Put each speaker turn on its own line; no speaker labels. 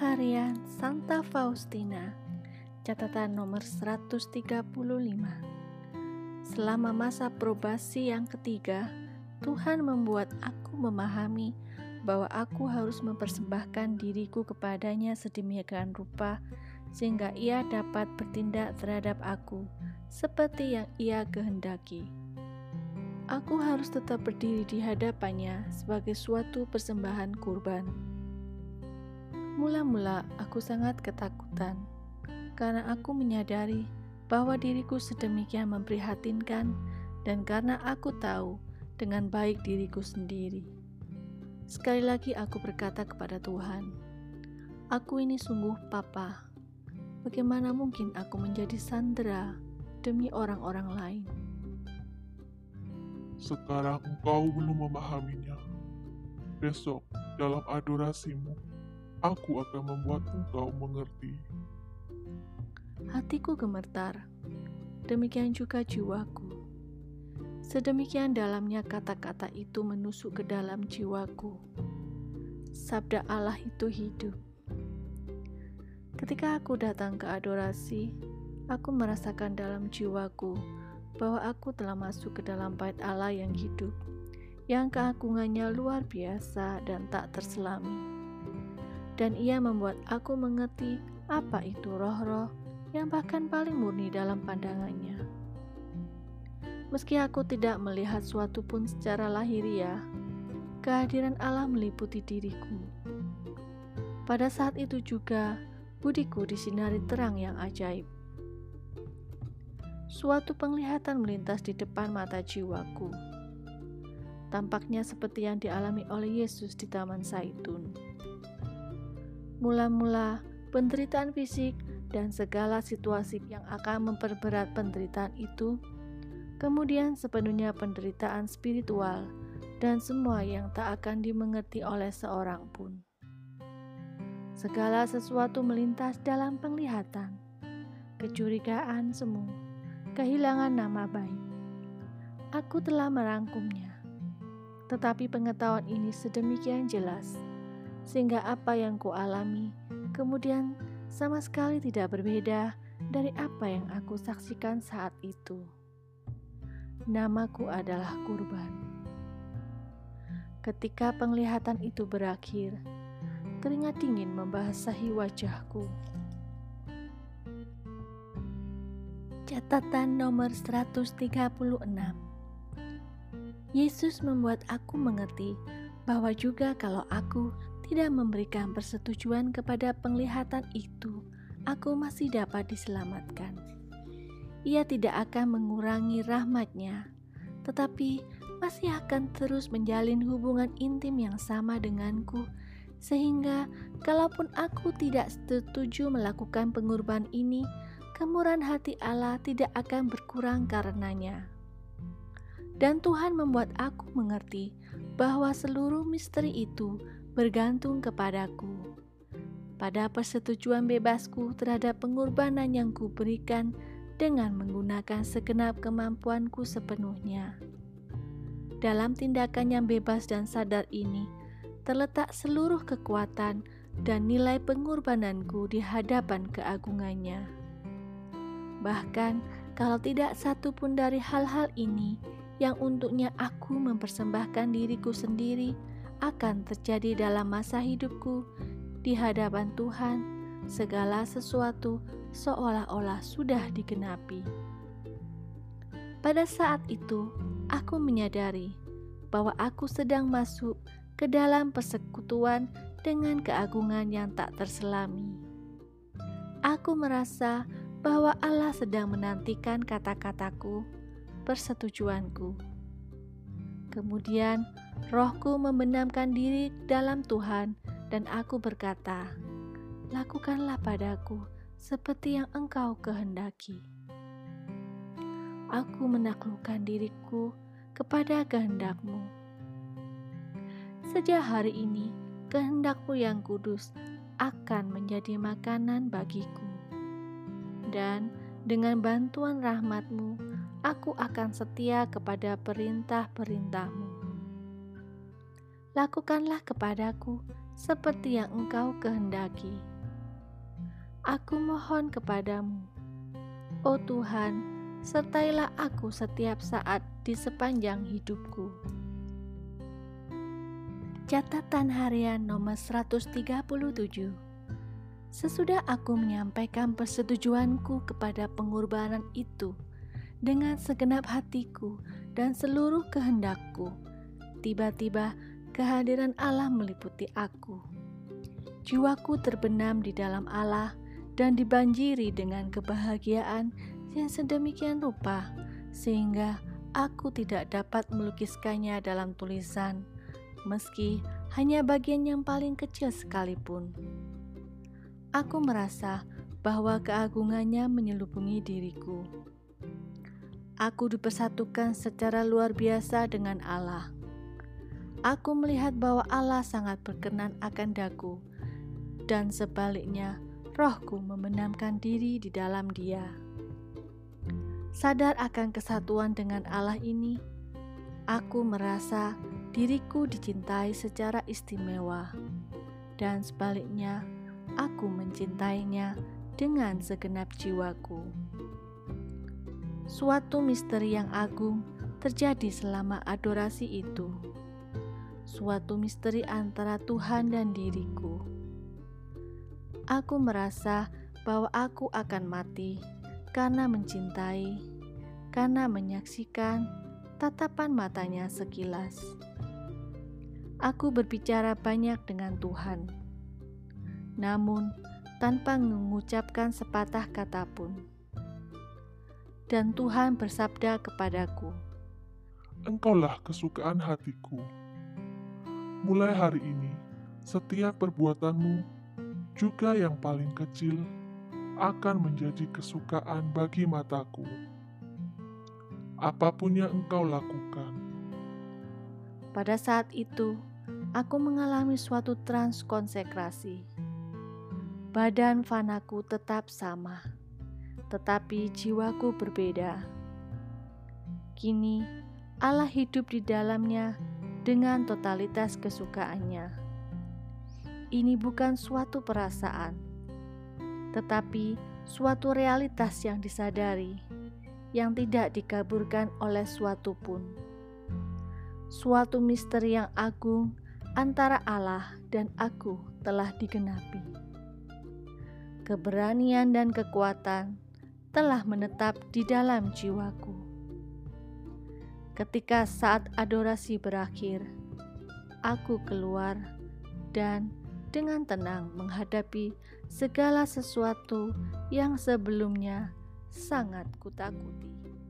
Harian Santa Faustina, catatan nomor 135. Selama masa probasi yang ketiga, Tuhan membuat aku memahami bahwa aku harus mempersembahkan diriku kepadanya sedemikian rupa sehingga Ia dapat bertindak terhadap aku seperti yang Ia kehendaki. Aku harus tetap berdiri di hadapannya sebagai suatu persembahan kurban. Mula-mula aku sangat ketakutan, karena aku menyadari bahwa diriku sedemikian memprihatinkan dan karena aku tahu dengan baik diriku sendiri. Sekali lagi aku berkata kepada Tuhan, aku ini sungguh papa. Bagaimana mungkin aku menjadi sandera demi orang-orang lain?
Sekarang engkau belum memahaminya. Besok dalam adorasimu, aku akan membuat engkau mengerti.
Hatiku gemetar, demikian juga jiwaku. Sedemikian dalamnya kata-kata itu menusuk ke dalam jiwaku. Sabda Allah itu hidup. Ketika aku datang ke adorasi, aku merasakan dalam jiwaku bahwa aku telah masuk ke dalam bait Allah yang hidup, yang keagungannya luar biasa dan tak terselami. Dan Ia membuat aku mengerti apa itu roh-roh yang bahkan paling murni dalam pandangannya. Meski aku tidak melihat suatu pun secara lahiriah, kehadiran Allah meliputi diriku. Pada saat itu juga, budiku disinari terang yang ajaib. Suatu penglihatan melintas di depan mata jiwaku. Tampaknya seperti yang dialami oleh Yesus di Taman Zaitun. Mula-mula penderitaan fisik dan segala situasi yang akan memperberat penderitaan itu, kemudian sepenuhnya penderitaan spiritual dan semua yang tak akan dimengerti oleh seorang pun. Segala sesuatu melintas dalam penglihatan, kecurigaan semu, kehilangan nama baik. Aku telah merangkumnya, tetapi pengetahuan ini sedemikian jelas, sehingga apa yang kualami kemudian sama sekali tidak berbeda dari apa yang aku saksikan saat itu. Namaku adalah kurban. Ketika penglihatan itu berakhir, keringat dingin membasahi wajahku. Catatan nomor 136. Yesus membuat aku mengerti bahwa juga kalau aku tidak memberikan persetujuan kepada penglihatan itu, aku masih dapat diselamatkan. Ia tidak akan mengurangi rahmat-Nya, tetapi masih akan terus menjalin hubungan intim yang sama denganku, sehingga kalaupun aku tidak setuju melakukan pengorbanan ini, kemurahan hati Allah tidak akan berkurang karenanya. Dan Tuhan membuat aku mengerti bahwa seluruh misteri itu bergantung kepadaku, pada persetujuan bebasku terhadap pengorbanan yang kuberikan dengan menggunakan segenap kemampuanku sepenuhnya. Dalam tindakan yang bebas dan sadar ini terletak seluruh kekuatan dan nilai pengorbananku di hadapan keagungannya. Bahkan kalau tidak satu pun dari hal-hal ini yang untuknya aku mempersembahkan diriku sendiri akan terjadi dalam masa hidupku di hadapan Tuhan, segala sesuatu seolah-olah sudah digenapi. Pada saat itu, aku menyadari bahwa aku sedang masuk ke dalam persekutuan dengan keagungan yang tak terselami. Aku merasa bahwa Allah sedang menantikan kata-kataku, persetujuanku. Kemudian rohku membenamkan diri dalam Tuhan dan aku berkata, lakukanlah padaku seperti yang Engkau kehendaki. Aku menaklukkan diriku kepada kehendak-Mu. Sejak hari ini, kehendak-Mu yang kudus akan menjadi makanan bagiku. Dan dengan bantuan rahmat-Mu, aku akan setia kepada perintah-perintah-Mu. Lakukanlah kepadaku seperti yang Engkau kehendaki. Aku mohon kepadamu, oh Tuhan, sertailah aku setiap saat di sepanjang hidupku. Catatan harian nomor 137. Sesudah aku menyampaikan persetujuanku kepada pengorbanan itu dengan segenap hatiku dan seluruh kehendakku, tiba-tiba kehadiran Allah meliputi aku. Jiwaku terbenam di dalam Allah dan dibanjiri dengan kebahagiaan yang sedemikian rupa sehingga aku tidak dapat melukiskannya dalam tulisan, meski hanya bagian yang paling kecil sekalipun. Aku merasa bahwa keagungannya menyelubungi diriku. Aku dipersatukan secara luar biasa dengan Allah. Aku melihat bahwa Allah sangat berkenan akan daku, dan sebaliknya rohku membenamkan diri di dalam Dia. Sadar akan kesatuan dengan Allah ini, aku merasa diriku dicintai secara istimewa, dan sebaliknya aku mencintainya dengan segenap jiwaku. Suatu misteri yang agung terjadi selama adorasi itu. Suatu misteri antara Tuhan dan diriku. Aku merasa bahwa aku akan mati karena mencintai, karena menyaksikan tatapan matanya sekilas. Aku berbicara banyak dengan Tuhan, namun tanpa mengucapkan sepatah kata pun. Dan Tuhan bersabda kepadaku,
Engkaulah kesukaan hatiku. Mulai hari ini, setiap perbuatanmu, juga yang paling kecil, akan menjadi kesukaan bagi mataku. Apapun yang engkau lakukan.
Pada saat itu, aku mengalami suatu transkonsekrasi. Badan fanaku tetap sama, tetapi jiwaku berbeda. Kini, Allah hidup di dalamnya dengan totalitas kesukaannya. Ini bukan suatu perasaan, tetapi suatu realitas yang disadari, yang tidak dikaburkan oleh suatu pun. Suatu misteri yang agung antara Allah dan aku telah digenapi. Keberanian dan kekuatan telah menetap di dalam jiwaku. Ketika saat adorasi berakhir, aku keluar dan dengan tenang menghadapi segala sesuatu yang sebelumnya sangat kutakuti.